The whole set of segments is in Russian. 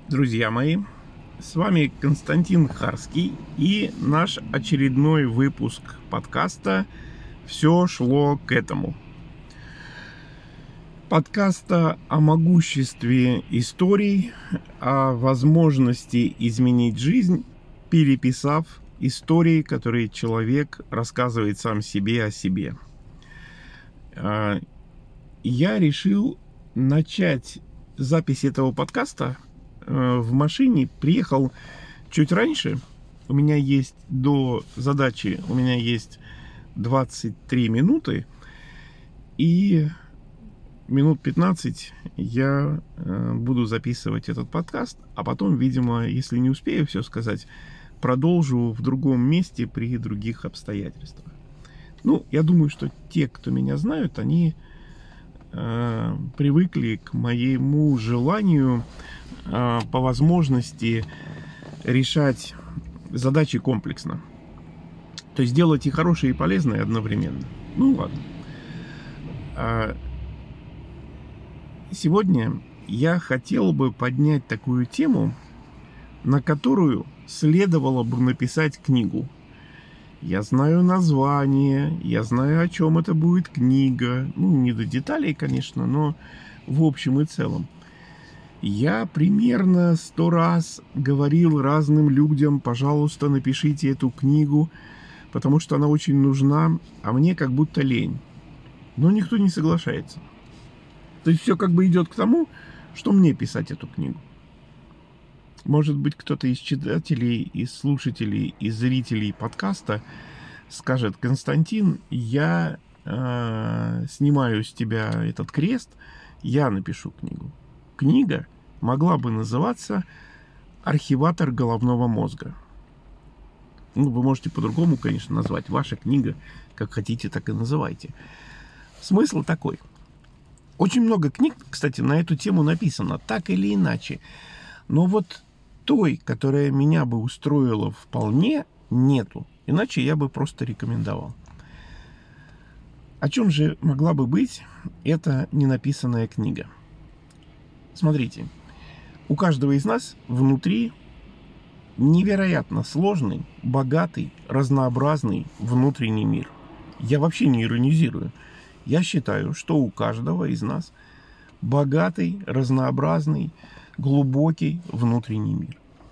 Друзья мои, с вами Константин Харский и наш очередной выпуск подкаста «Все шло к этому». Подкаста о могуществе историй, о возможности изменить жизнь, переписав истории, которые человек рассказывает сам себе о себе. Я решил начать запись этого подкаста в машине, приехал чуть раньше. У меня есть до задачи, у меня есть 23 минуты, и минут 15 я буду записывать этот подкаст, а потом, видимо, если не успею все сказать, продолжу в другом месте при других обстоятельствах. Ну, я думаю, что те, кто меня знают, они привыкли к моему желанию по возможности решать задачи комплексно. То есть делать и хорошее, и полезное одновременно. Ну ладно. Сегодня я хотел бы поднять такую тему, на которую следовало бы написать книгу. Я знаю название, я знаю, о чем это будет книга. Ну, не до деталей, конечно, но в общем и целом. Я примерно 100 раз говорил разным людям: пожалуйста, напишите эту книгу, потому что она очень нужна, а мне как будто лень. Но никто не соглашается. То есть все как бы идет к тому, что мне писать эту книгу. Может быть, кто-то из читателей, из слушателей, из зрителей подкаста скажет: Константин, я снимаю с тебя этот крест, я напишу книгу. Книга могла бы называться «Архиватор головного мозга». Ну, вы можете по-другому, конечно, назвать. Ваша книга, как хотите, так и называйте. Смысл такой. Очень много книг, кстати, на эту тему написано, так или иначе. Но вот той, которая меня бы устроила вполне, нету. Иначе я бы просто рекомендовал. О чем же могла бы быть эта ненаписанная книга? Смотрите, у каждого из нас внутри невероятно сложный, богатый, разнообразный внутренний мир. Я вообще не иронизирую. Я считаю, что у каждого из нас богатый, разнообразный, глубокий внутренний мир.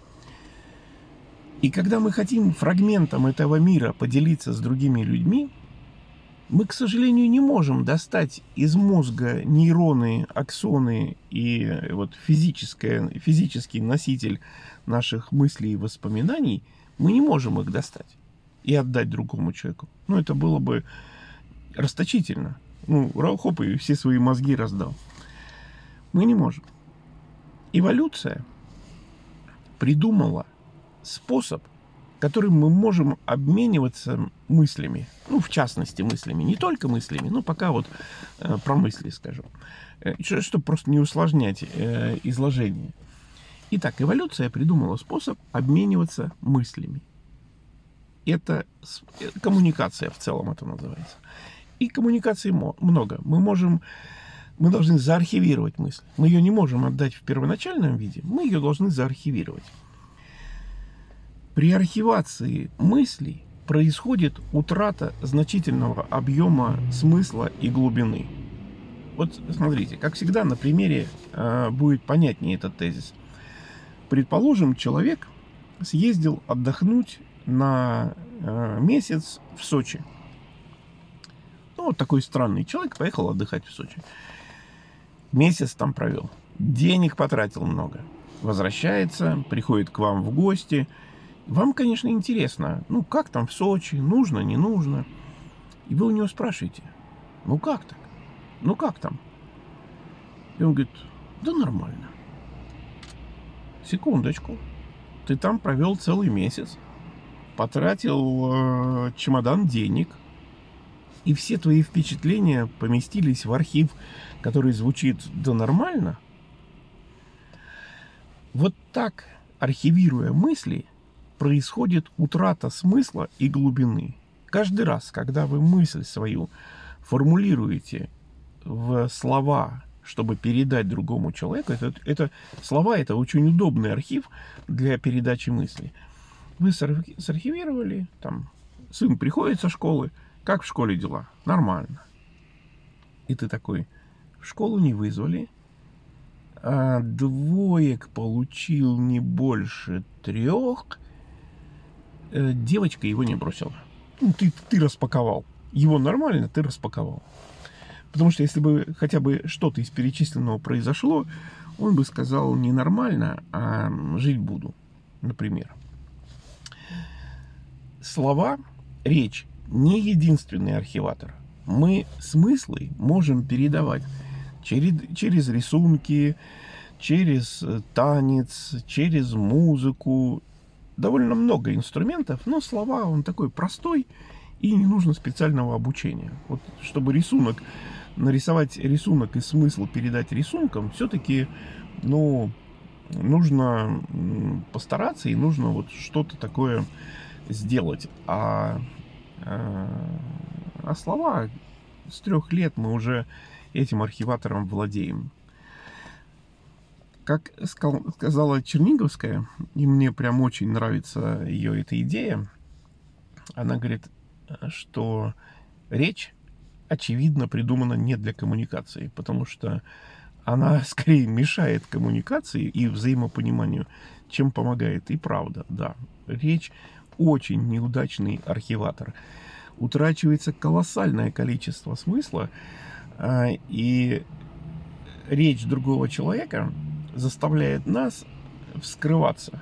И когда мы хотим фрагментом этого мира поделиться с другими людьми, мы, к сожалению, не можем достать из мозга нейроны, аксоны и вот физический носитель наших мыслей и воспоминаний. Мы не можем их достать и отдать другому человеку. Ну, это было бы расточительно. Ну, хоп, и все свои мозги раздал. Мы не можем. Эволюция придумала способ, которым мы можем обмениваться мыслями. Ну, в частности, мыслями. Не только мыслями, но пока вот про мысли скажу. Чтобы просто не усложнять изложение. Итак, эволюция придумала способ обмениваться мыслями. Это коммуникация в целом это называется. И коммуникаций много. Мы должны заархивировать мысль. Мы ее не можем отдать в первоначальном виде, мы ее должны заархивировать. При архивации мыслей происходит утрата значительного объема смысла и глубины. Вот смотрите, как всегда на примере будет понятнее этот тезис. Предположим, человек съездил отдохнуть на месяц в Сочи. Ну, вот такой странный человек поехал отдыхать в Сочи. Месяц там провел. Денег потратил много. Возвращается, приходит к вам в гости. Вам, конечно, интересно, ну, как там в Сочи, нужно, не нужно. И вы у него спрашиваете: ну, как так? Ну, как там? И он говорит: да нормально. Секундочку. Ты там провел целый месяц, потратил чемодан денег, и все твои впечатления поместились в архив, который звучит «да нормально». Вот так, архивируя мысли, происходит утрата смысла и глубины. Каждый раз, когда вы мысль свою формулируете в слова, чтобы передать другому человеку. Слова — это очень удобный архив для передачи мысли. Вы сархивировали, там, сын приходит со школы, как в школе дела? Нормально. И ты такой: в школу не вызвали, а двоек получил не больше 3, девочка его не бросила. Ну, ты распаковал. Его нормально, ты распаковал. Потому что если бы хотя бы что-то из перечисленного произошло, он бы сказал не нормально, а жить буду, например. Слова, речь не единственный архиватор. Мы смыслы можем передавать через рисунки, через танец, через музыку. Довольно много инструментов, но слова, он такой простой, и не нужно специального обучения. Вот чтобы нарисовать рисунок и смысл передать рисунком, все-таки, нужно постараться, и нужно вот что-то такое сделать. А слова с 3 лет мы уже этим архиватором владеем. Как сказала Черниговская, и мне прям очень нравится ее эта идея, она говорит, что речь, очевидно, придумана не для коммуникации, потому что она скорее мешает коммуникации и взаимопониманию, чем помогает. И правда, да, речь очень неудачный архиватор. Утрачивается колоссальное количество смысла, и речь другого человека заставляет нас вскрываться.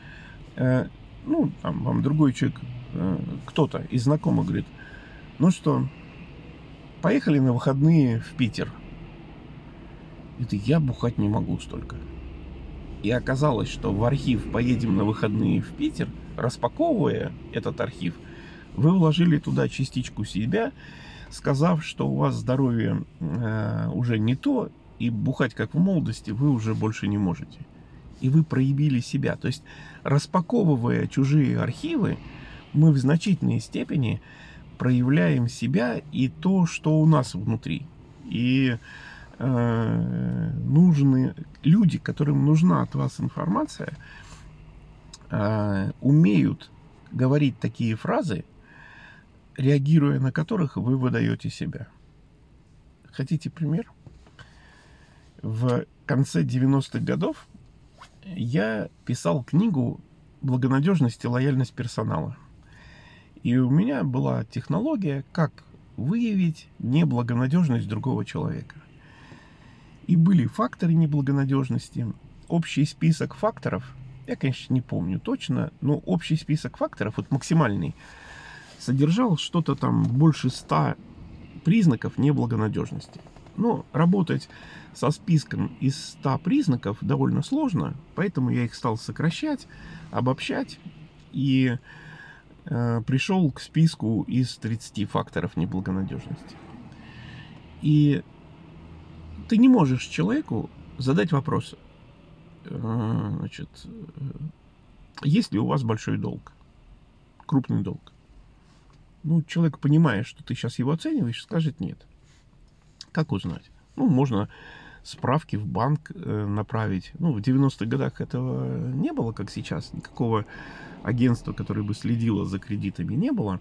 Вам другой человек, кто-то из знакомых говорит: ну что, поехали на выходные в Питер. И я бухать не могу столько. И оказалось, что в архив «Поедем на выходные в Питер», распаковывая этот архив, вы вложили туда частичку себя, сказав, что у вас здоровье уже не то, и бухать, как в молодости, вы уже больше не можете. И вы проявили себя. То есть, распаковывая чужие архивы, мы в значительной степени проявляем себя и то, что у нас внутри. И нужны люди, которым нужна от вас информация, умеют говорить такие фразы, реагируя на которых вы выдаете себя. Хотите пример? В конце 90-х годов я писал книгу «Благонадежность и лояльность персонала». И у меня была технология, как выявить неблагонадежность другого человека. И были факторы неблагонадежности. Общий список факторов, я, конечно, не помню точно, но общий список факторов, вот максимальный, содержал что-то там больше 100 признаков неблагонадежности. Но работать со списком из 100 признаков довольно сложно, поэтому я их стал сокращать, обобщать и пришел к списку из 30 факторов неблагонадежности. И ты не можешь человеку задать вопрос: есть ли у вас большой долг, крупный долг? Человек, понимая, что ты сейчас его оцениваешь, скажет нет. Как узнать? Можно справки в банк направить. В 90-х годах этого не было, как сейчас. Никакого агентства, которое бы следило за кредитами, не было.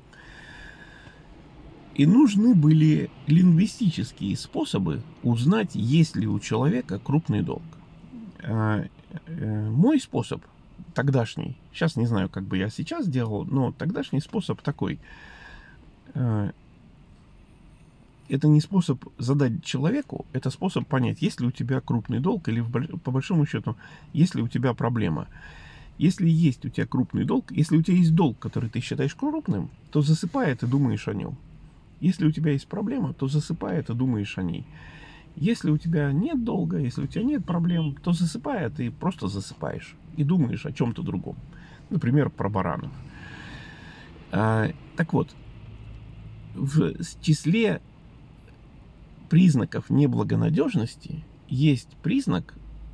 И нужны были лингвистические способы узнать, есть ли у человека крупный долг. Мой способ тогдашний, сейчас не знаю, как бы я сейчас делал, но тогдашний способ такой. Это не способ задать человеку, это способ понять, есть ли у тебя крупный долг, или по большому счету, есть ли у тебя проблема. Если есть у тебя крупный долг, если у тебя есть долг, который ты считаешь крупным, то засыпая, ты думаешь о нем. Если у тебя есть проблема, то засыпая, ты думаешь о ней. Если у тебя нет долга, если у тебя нет проблем, то засыпая, ты просто засыпаешь и думаешь о чем-то другом. Например, про баранов. Так вот, в числе признаков неблагонадежности есть признак,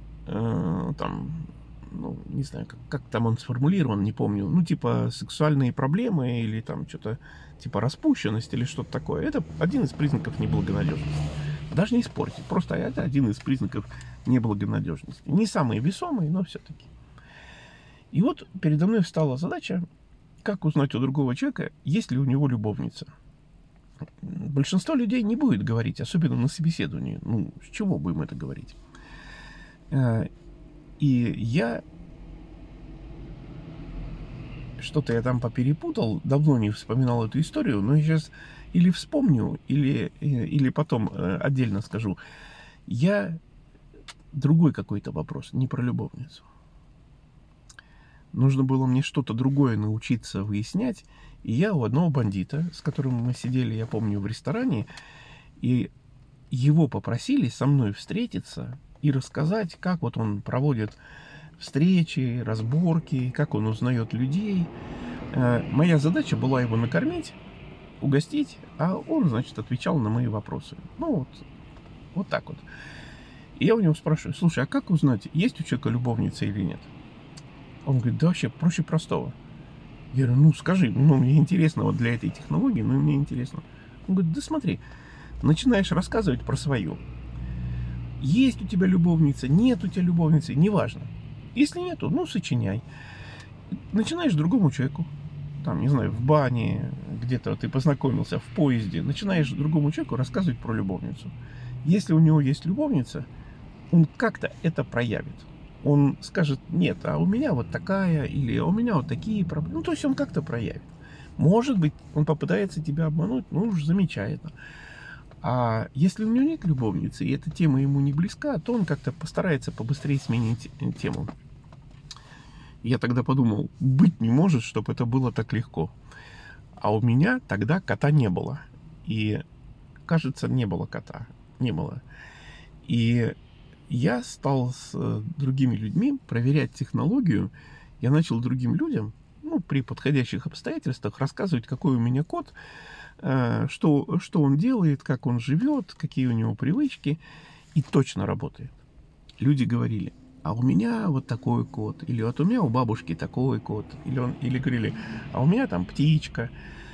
не знаю, как там он сформулирован, не помню, типа сексуальные проблемы или там что-то типа распущенность или что-то такое. Это один из признаков неблагонадежности. Даже не спорьте. Просто это один из признаков неблагонадежности. Не самый весомый, но все-таки. И вот передо мной встала задача, как узнать у другого человека, есть ли у него любовница. Большинство людей не будет говорить, особенно на собеседовании. Ну, с чего будем это говорить? И я что-то там поперепутал, давно не вспоминал эту историю, но я сейчас или вспомню, или потом отдельно скажу. Я другой какой-то вопрос, не про любовницу. Нужно было мне что-то другое научиться выяснять. И я у одного бандита, с которым мы сидели, я помню, в ресторане, и его попросили со мной встретиться и рассказать, как вот он проводит встречи, разборки, как он узнает людей. Моя задача была его накормить, угостить, а он, значит, отвечал на мои вопросы. Ну, вот так вот. И я у него спрашиваю: слушай, а как узнать, есть у человека любовница или нет? Он говорит: да вообще проще простого. Я говорю: ну скажи, ну мне интересно вот для этой технологии, ну мне интересно. Он говорит: да смотри, начинаешь рассказывать про свою. Есть у тебя любовница, нет у тебя любовницы, неважно. Если нету, ну сочиняй. Начинаешь другому человеку, там, не знаю, в бане, где-то ты познакомился, в поезде, начинаешь другому человеку рассказывать про любовницу. Если у него есть любовница, он как-то это проявит. Он скажет: нет, а у меня вот такая, или у меня вот такие проблемы. Ну, то есть он как-то проявит. Может быть, он попытается тебя обмануть, ну уж замечательно. А если у него нет любовницы, и эта тема ему не близка, то он как-то постарается побыстрее сменить тему. Я тогда подумал, быть не может, чтобы это было так легко. А у меня тогда кота не было. И, кажется, не было кота. Не было. И я стал с другими людьми проверять технологию. Я начал другим людям, ну, при подходящих обстоятельствах, рассказывать, какой у меня кот, что он делает, как он живет, какие у него привычки. И точно работает. Люди говорили: а у меня вот такой кот, или вот у меня у бабушки такой кот, или говорили: а у меня там птичка.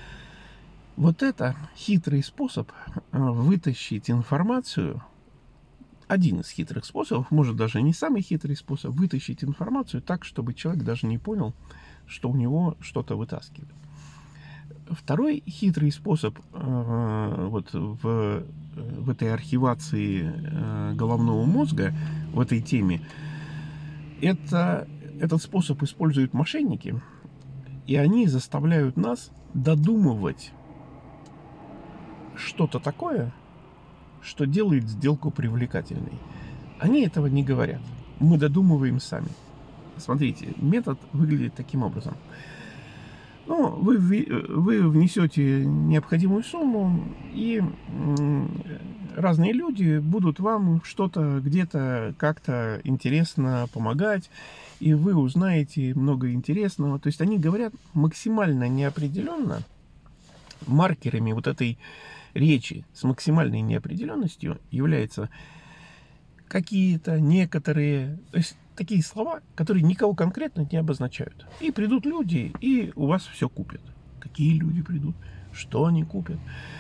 Вот это хитрый способ вытащить информацию. Один из хитрых способов, может даже не самый хитрый способ, вытащить информацию так, чтобы человек даже не понял, что у него что-то вытаскивает. Второй хитрый способ вот в этой архивации головного мозга, в этой теме, этот способ используют мошенники, и они заставляют нас додумывать что-то такое, что делает сделку привлекательной. Они этого не говорят. Мы додумываем сами. Смотрите, метод выглядит таким образом. Ну, вы внесете необходимую сумму, и разные люди будут вам что-то где-то как-то интересно помогать, и вы узнаете много интересного. То есть они говорят максимально неопределенно, маркерами вот этой речи с максимальной неопределенностью являются какие-то, некоторые, то есть такие слова, которые никого конкретно не обозначают. И придут люди, и у вас все купят. Какие люди придут? Что они купят?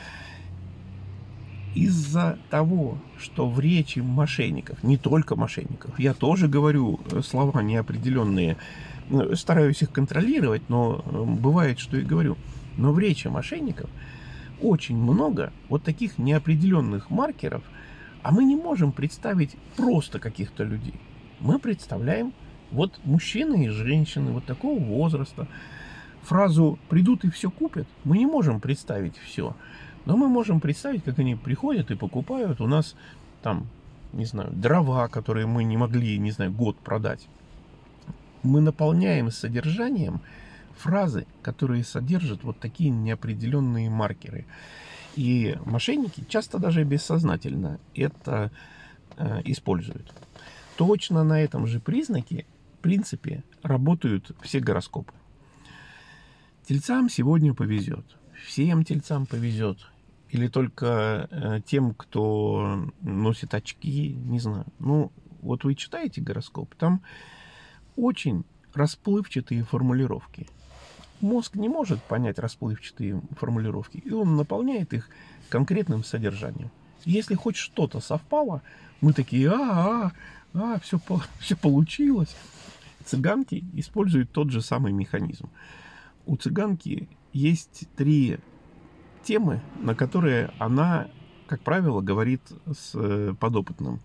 Из-за того, что в речи мошенников, не только мошенников, я тоже говорю слова неопределенные, стараюсь их контролировать, но бывает, что и говорю. Но в речи мошенников очень много вот таких неопределенных маркеров, а мы не можем представить просто каких-то людей. Мы представляем вот мужчины и женщины вот такого возраста. Фразу «придут и все купят» мы не можем представить все. Но мы можем представить, как они приходят и покупают у нас там, не знаю, дрова, которые мы не могли, не знаю, год продать. Мы наполняем содержанием фразы, которые содержат вот такие неопределенные маркеры. И мошенники часто даже бессознательно это используют. Точно на этом же признаке, в принципе, работают все гороскопы. Тельцам сегодня повезет. Всем тельцам повезет. Или только тем, кто носит очки, не знаю. Ну, вот вы читаете гороскоп, там очень расплывчатые формулировки. Мозг не может понять расплывчатые формулировки, и он наполняет их конкретным содержанием. Если хоть что-то совпало, мы такие, все получилось. Цыганки используют тот же самый механизм. У цыганки есть 3 темы, на которые она, как правило, говорит с подопытным.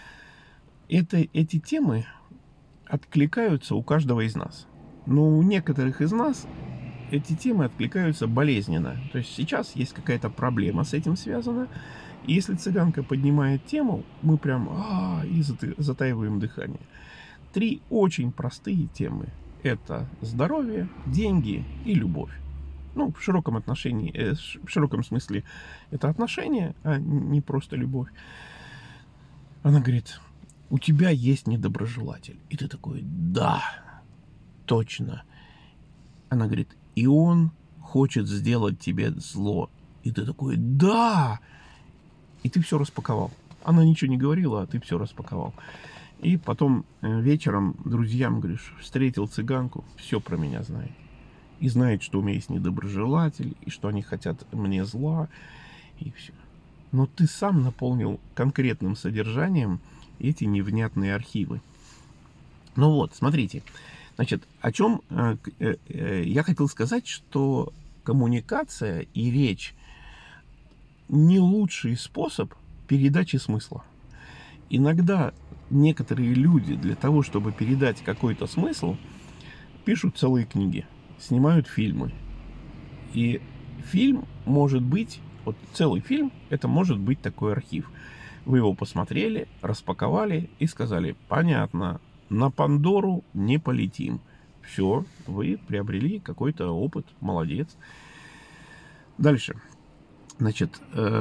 Эти темы откликаются у каждого из нас. Но у некоторых из нас эти темы откликаются болезненно. То есть сейчас есть какая-то проблема с этим связана. И если цыганка поднимает тему, мы прям и затаиваем дыхание. 3 очень простые темы. Это здоровье, деньги и любовь. Ну, в широком в широком смысле это отношения, а не просто любовь. Она говорит, у тебя есть недоброжелатель. И ты такой, да, точно. Она говорит, и он хочет сделать тебе зло. И ты такой, да. И ты все распаковал. Она ничего не говорила, а ты все распаковал. И потом вечером друзьям говоришь, встретил цыганку, все про меня знает. И знает, что у меня есть недоброжелатель, и что они хотят мне зла, и все. Но ты сам наполнил конкретным содержанием эти невнятные архивы. Ну вот, смотрите. Значит, о чем я хотел сказать, что коммуникация и речь не лучший способ передачи смысла. Иногда некоторые люди для того, чтобы передать какой-то смысл, пишут целые книги, снимают фильмы. И фильм может быть, вот целый фильм, это может быть такой архив. Вы его посмотрели, распаковали и сказали, понятно, на Пандору не полетим. Все, вы приобрели какой-то опыт, молодец. Дальше. Значит,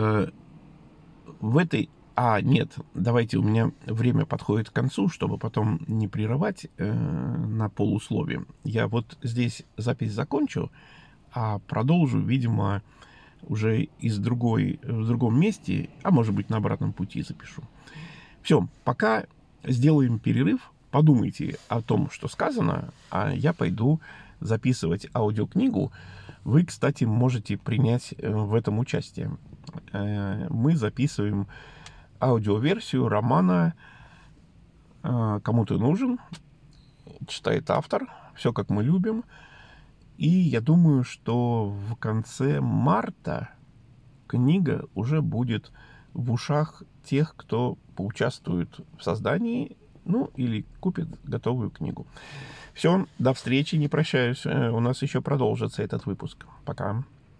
в этой... нет, давайте, у меня время подходит к концу, чтобы потом не прерывать на полусловие. Я вот здесь запись закончу, а продолжу, видимо, уже в другом месте, а может быть на обратном пути запишу. Все, пока сделаем перерыв, подумайте о том, что сказано, а я пойду записывать аудиокнигу. Вы, кстати, можете принять в этом участие. Мы записываем аудиоверсию романа «Кому ты нужен», читает автор, все как мы любим. И я думаю, что в конце марта книга уже будет в ушах тех, кто поучаствует в создании, ну, или купит готовую книгу. Все, до встречи, не прощаюсь. У нас еще продолжится этот выпуск. Пока.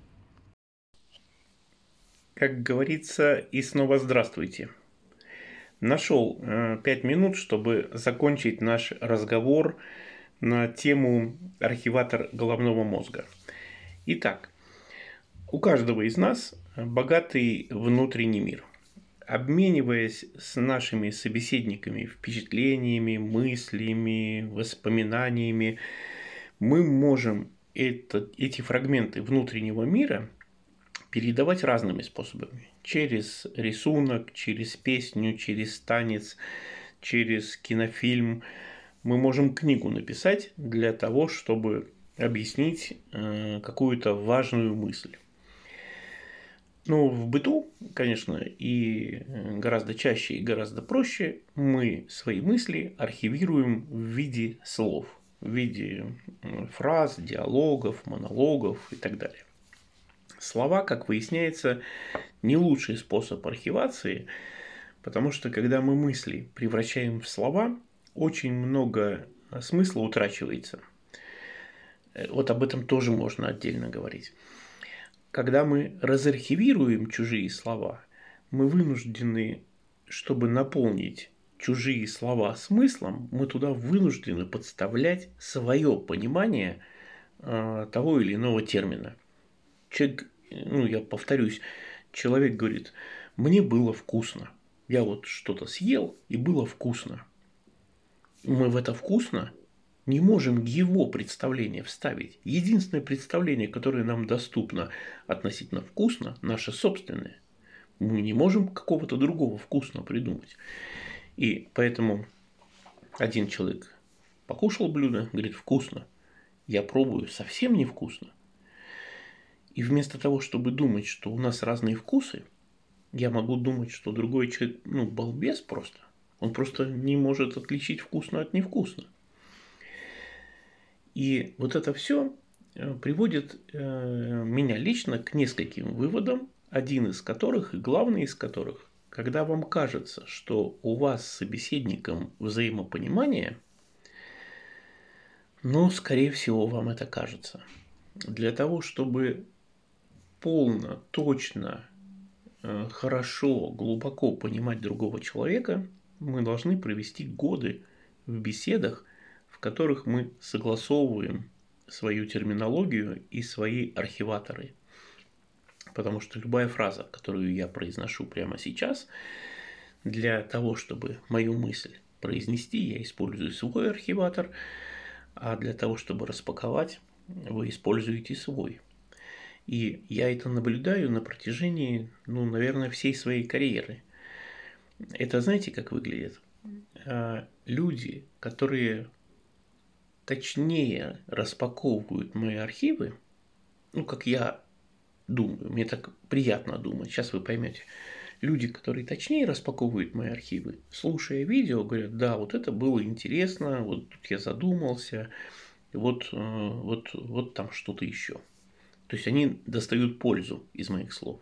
Как говорится, и снова здравствуйте. Нашел 5 минут, чтобы закончить наш разговор на тему архиватор головного мозга. Итак, у каждого из нас богатый внутренний мир. Обмениваясь с нашими собеседниками впечатлениями, мыслями, воспоминаниями, мы можем эти фрагменты внутреннего мира передавать разными способами. Через рисунок, через песню, через танец, через кинофильм. Мы можем книгу написать для того, чтобы объяснить какую-то важную мысль. Ну, в быту, конечно, и гораздо чаще, и гораздо проще мы свои мысли архивируем в виде слов, в виде фраз, диалогов, монологов и так далее. Слова, как выясняется, не лучший способ архивации, потому что когда мы мысли превращаем в слова, очень много смысла утрачивается. Вот об этом тоже можно отдельно говорить. Когда мы разархивируем чужие слова, мы вынуждены, чтобы наполнить чужие слова смыслом, мы туда вынуждены подставлять свое понимание того или иного термина. Человек, я повторюсь, человек говорит, мне было вкусно. Я вот что-то съел, и было вкусно. Мы в это вкусно не можем его представление вставить. Единственное представление, которое нам доступно относительно вкусно, наше собственное. Мы не можем какого-то другого вкусно придумать. И поэтому один человек покушал блюдо, говорит, вкусно. Я пробую, совсем невкусно. И вместо того, чтобы думать, что у нас разные вкусы, Я могу думать, что другой человек, балбес просто. Он просто не может отличить вкусно от невкусно. И вот это все приводит меня лично к нескольким выводам, один из которых и главный из которых, когда вам кажется, что у вас с собеседником взаимопонимание, скорее всего, вам это кажется. Для того, чтобы полно, точно, хорошо, глубоко понимать другого человека, мы должны провести годы в беседах, в которых мы согласовываем свою терминологию и свои архиваторы. Потому что любая фраза, которую я произношу прямо сейчас, для того, чтобы мою мысль произнести, я использую свой архиватор, а для того, чтобы распаковать, вы используете свой. И я это наблюдаю на протяжении, наверное, всей своей карьеры. Это знаете, как выглядит? Люди, которые точнее распаковывают мои архивы, как я думаю, мне так приятно думать, сейчас вы поймете. Люди, которые точнее распаковывают мои архивы, слушая видео, говорят, да, вот это было интересно, вот тут я задумался, вот там что-то еще. То есть они достают пользу из моих слов.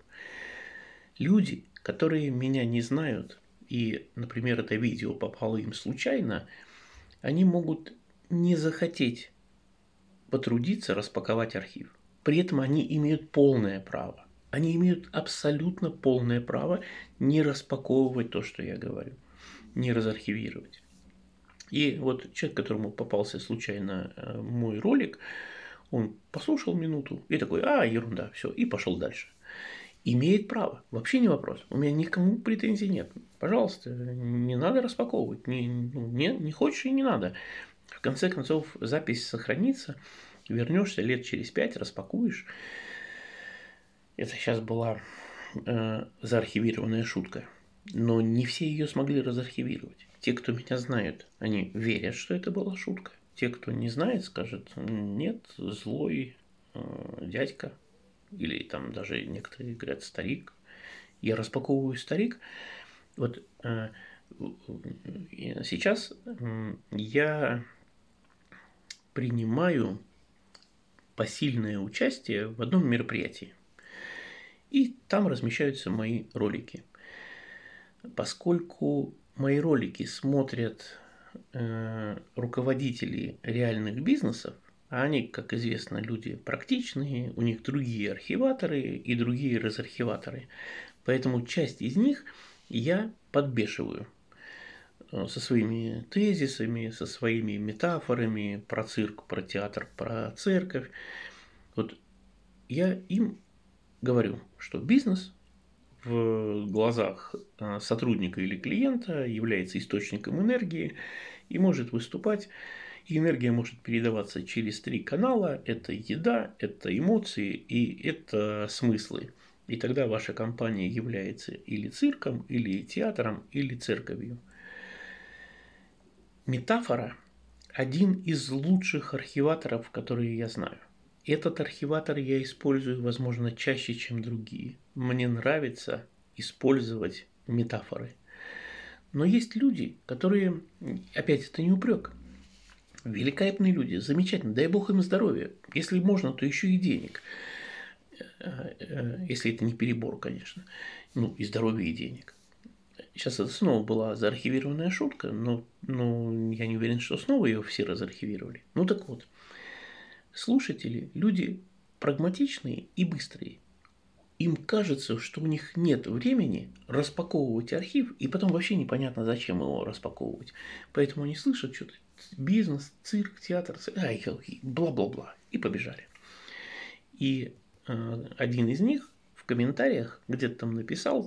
Люди, которые меня не знают, и, например, это видео попало им случайно, они могут не захотеть потрудиться распаковать архив. При этом они имеют полное право. Они имеют абсолютно полное право не распаковывать то, что я говорю, не разархивировать. И вот человек, которому попался случайно мой ролик, он послушал минуту и такой, ерунда, все, и пошел дальше. Имеет право, вообще не вопрос. У меня никому претензий нет. Пожалуйста, не надо распаковывать. Не хочешь и не надо. В конце концов, запись сохранится. Вернешься лет через 5, распакуешь. Это сейчас была заархивированная шутка. Но не все ее смогли разархивировать. Те, кто меня знают, они верят, что это была шутка. Те, кто не знает, скажут, нет, злой дядька. Или там даже некоторые говорят старик. Я распаковываю старик. Вот сейчас я принимаю посильное участие в одном мероприятии. И там размещаются мои ролики. Поскольку мои ролики смотрят руководители реальных бизнесов, а они, как известно, люди практичные, у них другие архиваторы и другие разархиваторы. Поэтому часть из них я подбешиваю со своими тезисами, со своими метафорами про цирк, про театр, про церковь. Вот я им говорю, что бизнес в глазах сотрудника или клиента является источником энергии и может выступать. И энергия может передаваться через 3 канала. Это еда, это эмоции и это смыслы. И тогда ваша компания является или цирком, или театром, или церковью. Метафора – один из лучших архиваторов, которые я знаю. Этот архиватор я использую, возможно, чаще, чем другие. Мне нравится использовать метафоры. Но есть люди, которые, опять это не упрек, великолепные люди, замечательно, дай бог им здоровья. Если можно, то еще и денег. Если это не перебор, конечно. И здоровья, и денег. Сейчас это снова была заархивированная шутка, но я не уверен, что снова ее все разархивировали. Так вот, слушатели, люди прагматичные и быстрые. Им кажется, что у них нет времени распаковывать архив, и потом вообще непонятно, зачем его распаковывать. Поэтому они слышат что-то бизнес, цирк, театр, бла-бла-бла, и побежали. И один из них в комментариях где-то там написал,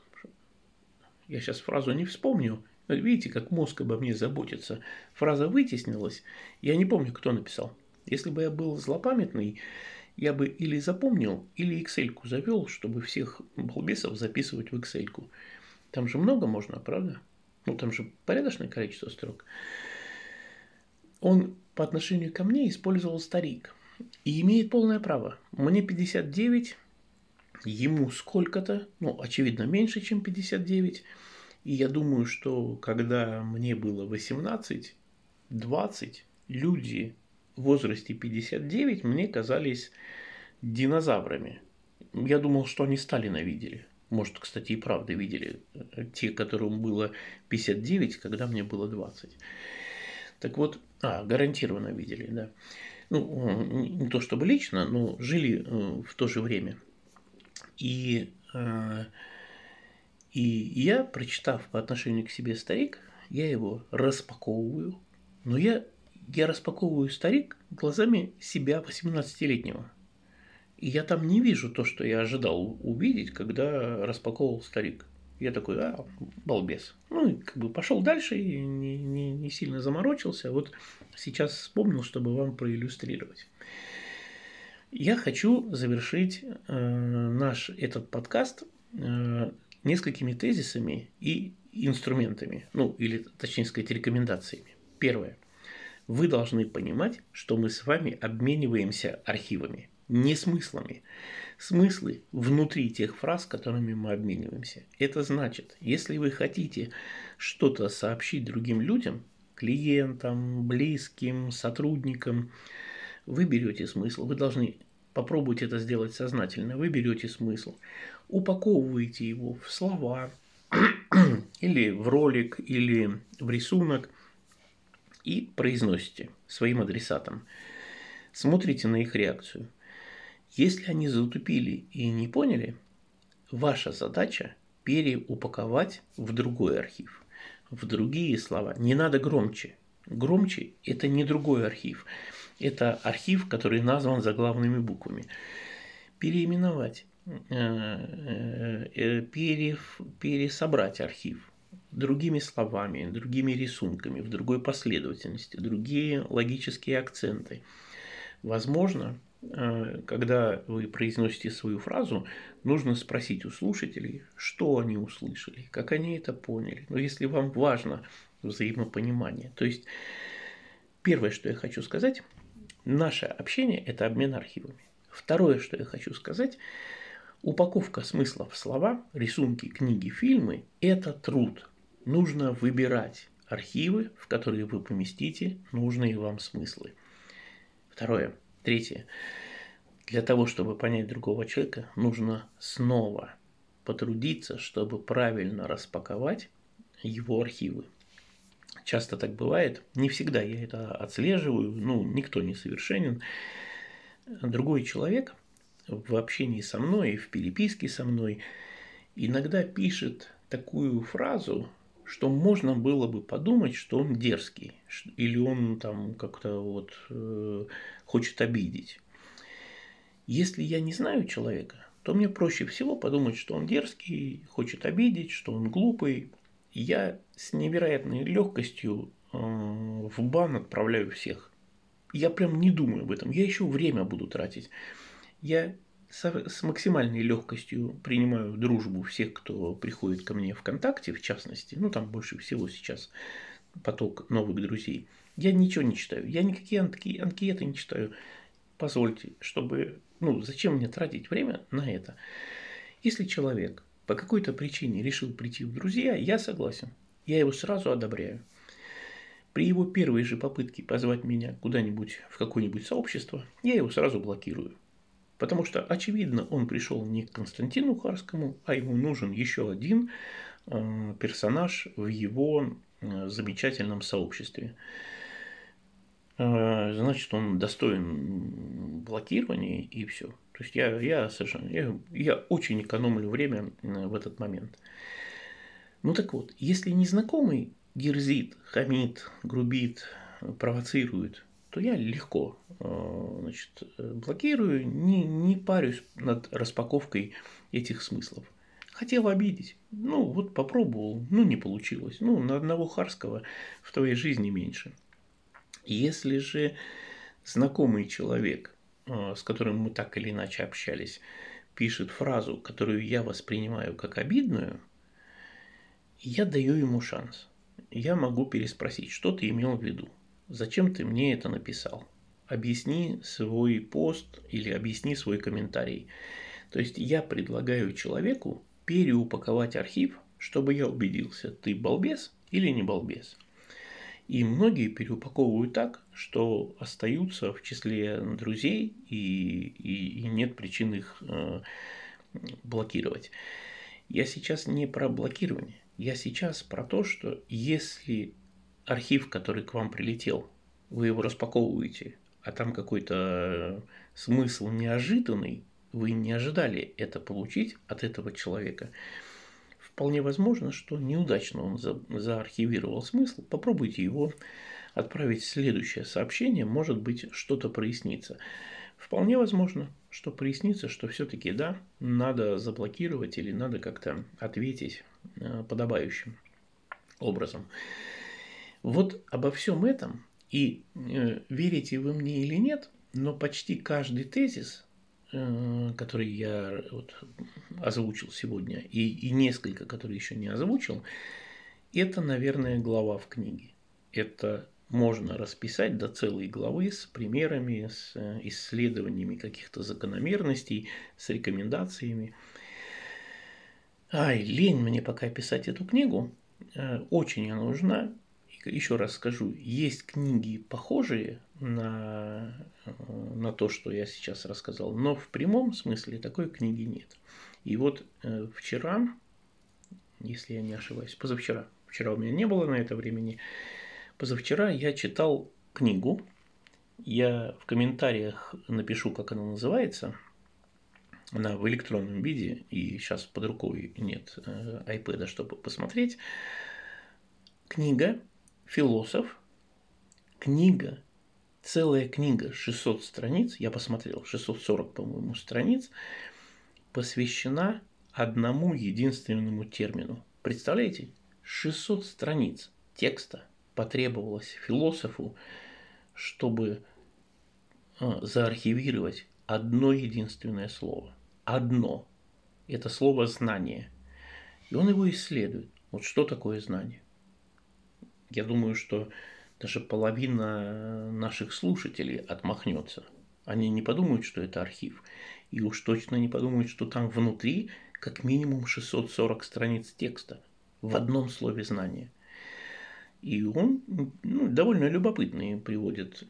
я сейчас фразу не вспомню, видите, как мозг обо мне заботится. Фраза вытеснилась, я не помню, кто написал. Если бы я был злопамятный, я бы или запомнил, или Excel-ку завел, чтобы всех балбесов записывать в Excel-ку. Там же много можно, правда? Там же порядочное количество строк. Он по отношению ко мне использовал старик. И имеет полное право. Мне 59, ему сколько-то, ну, очевидно, меньше, чем 59. И я думаю, что когда мне было 18-20, люди в возрасте 59 мне казались динозаврами. Я думал, что они Сталина видели. Может, кстати, и правда видели. Те, которым было 59, когда мне было 20. Так вот, гарантированно видели, да. Ну, не то чтобы лично, но жили в то же время. И, и я, прочитав по отношению к себе старик, я его распаковываю. Но я распаковываю старик глазами себя 18-летнего. И я там не вижу то, что я ожидал увидеть, когда распаковывал старик. Я такой, балбес. Ну, и как бы пошел дальше и не сильно заморочился. Вот сейчас вспомнил, чтобы вам проиллюстрировать. Я хочу завершить наш этот подкаст несколькими тезисами и инструментами. Ну, или, точнее сказать, рекомендациями. Первое. Вы должны понимать, что мы с вами обмениваемся архивами, не смыслами. Смыслы внутри тех фраз, которыми мы обмениваемся. Это значит, если вы хотите что-то сообщить другим людям, клиентам, близким, сотрудникам, вы берете смысл, вы должны попробовать это сделать сознательно, вы берете смысл, упаковываете его в слова, или в ролик, или в рисунок, и произносите своим адресатам. Смотрите на их реакцию. Если они затупили и не поняли, ваша задача переупаковать в другой архив, в другие слова. Не надо громче. Громче – это не другой архив. Это архив, который назван заглавными буквами. Переименовать, пересобрать архив другими словами, другими рисунками, в другой последовательности, другие логические акценты. Возможно, когда вы произносите свою фразу, нужно спросить у слушателей, что они услышали, как они это поняли. Но если вам важно взаимопонимание, то есть первое, что я хочу сказать, наше общение – это обмен архивами. Второе, что я хочу сказать, упаковка смысла в слова, рисунки, книги, фильмы – это труд. Нужно выбирать архивы, в которые вы поместите нужные вам смыслы. Второе. Третье. Для того, чтобы понять другого человека, нужно снова потрудиться, чтобы правильно распаковать его архивы. Часто так бывает, не всегда я это отслеживаю, никто не совершенен. Другой человек в общении со мной, в переписке со мной иногда пишет такую фразу, что можно было бы подумать, что он дерзкий, или он там как-то хочет обидеть. Если я не знаю человека, то мне проще всего подумать, что он дерзкий, хочет обидеть, что он глупый. Я с невероятной легкостью в бан отправляю всех. Я прям не думаю об этом. Я еще время буду тратить. Я с максимальной легкостью принимаю дружбу всех, кто приходит ко мне ВКонтакте, в частности. Там больше всего сейчас поток новых друзей. Я ничего не читаю. Я никакие анкеты не читаю. Позвольте, чтобы... зачем мне тратить время на это? Если человек по какой-то причине решил прийти в друзья, я согласен. Я его сразу одобряю. При его первой же попытке позвать меня куда-нибудь в какое-нибудь сообщество, я его сразу блокирую. Потому что, очевидно, он пришел не к Константину Харскому, а ему нужен еще один персонаж в его замечательном сообществе. Значит, он достоин блокирования, и все. То есть я очень экономлю время в этот момент. Так вот, если незнакомый дерзит, хамит, грубит, провоцирует, то я легко блокирую, не парюсь над распаковкой этих смыслов. Хотел обидеть, попробовал, не получилось. На одного Харского в твоей жизни меньше. Если же знакомый человек, с которым мы так или иначе общались, пишет фразу, которую я воспринимаю как обидную, я даю ему шанс. Я могу переспросить, что ты имел в виду, зачем ты мне это написал. Объясни свой пост или объясни свой комментарий. То есть я предлагаю человеку переупаковать архив, чтобы я убедился, ты балбес или не балбес. И многие переупаковывают так, что остаются в числе друзей и нет причин их блокировать. Я сейчас не про блокирование. Я сейчас про то, что если архив, который к вам прилетел, вы его распаковываете, а там какой-то смысл неожиданный, вы не ожидали это получить от этого человека, вполне возможно, что неудачно он заархивировал смысл. Попробуйте его отправить в следующее сообщение, может быть, что-то прояснится. Вполне возможно, что прояснится, что все-таки да, надо заблокировать или надо как-то ответить подобающим образом. Вот обо всем этом, и верите вы мне или нет, но почти каждый тезис, который я озвучил сегодня, и несколько, которые еще не озвучил, это, наверное, глава в книге. Это можно расписать до целой главы с примерами, с исследованиями каких-то закономерностей, с рекомендациями. Ай, лень мне пока писать эту книгу. Очень она нужна. Еще раз скажу, есть книги похожие на то, что я сейчас рассказал, но в прямом смысле такой книги нет. И вот вчера, если я не ошибаюсь, позавчера, вчера у меня не было на это времени, позавчера я читал книгу, я в комментариях напишу, как она называется, она в электронном виде, и сейчас под рукой нет iPad, чтобы посмотреть. Книга «Философ», книга, целая книга, 600 страниц, я посмотрел, 640, по-моему, страниц, посвящена одному единственному термину. Представляете? 600 страниц текста потребовалось философу, чтобы заархивировать одно единственное слово. Одно. Это слово «знание». И он его исследует. Вот что такое знание? Я думаю, что даже половина наших слушателей отмахнется. Они не подумают, что это архив. И уж точно не подумают, что там внутри как минимум 640 страниц текста в одном слове «знание». И он довольно любопытные приводит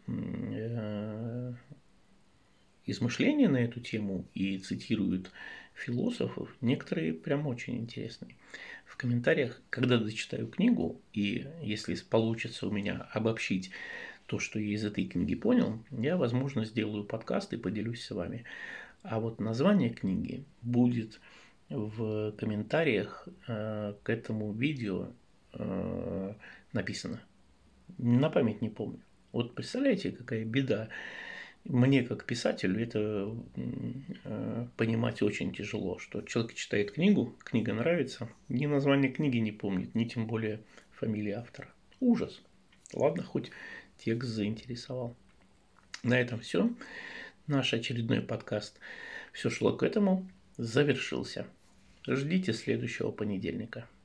измышления на эту тему и цитирует философов, некоторые прям очень интересные. В комментариях, когда дочитаю книгу, и если получится у меня обобщить то, что я из этой книги понял, я, возможно, сделаю подкаст и поделюсь с вами. А вот название книги будет в комментариях к этому видео написано. На память не помню. Вот представляете, какая беда. Мне, как писателю, это понимать очень тяжело, что человек читает книгу, книга нравится, ни название книги не помнит, ни тем более фамилии автора. Ужас. Ладно, хоть текст заинтересовал. На этом все. Наш очередной подкаст «Все шло к этому» завершился. Ждите следующего понедельника.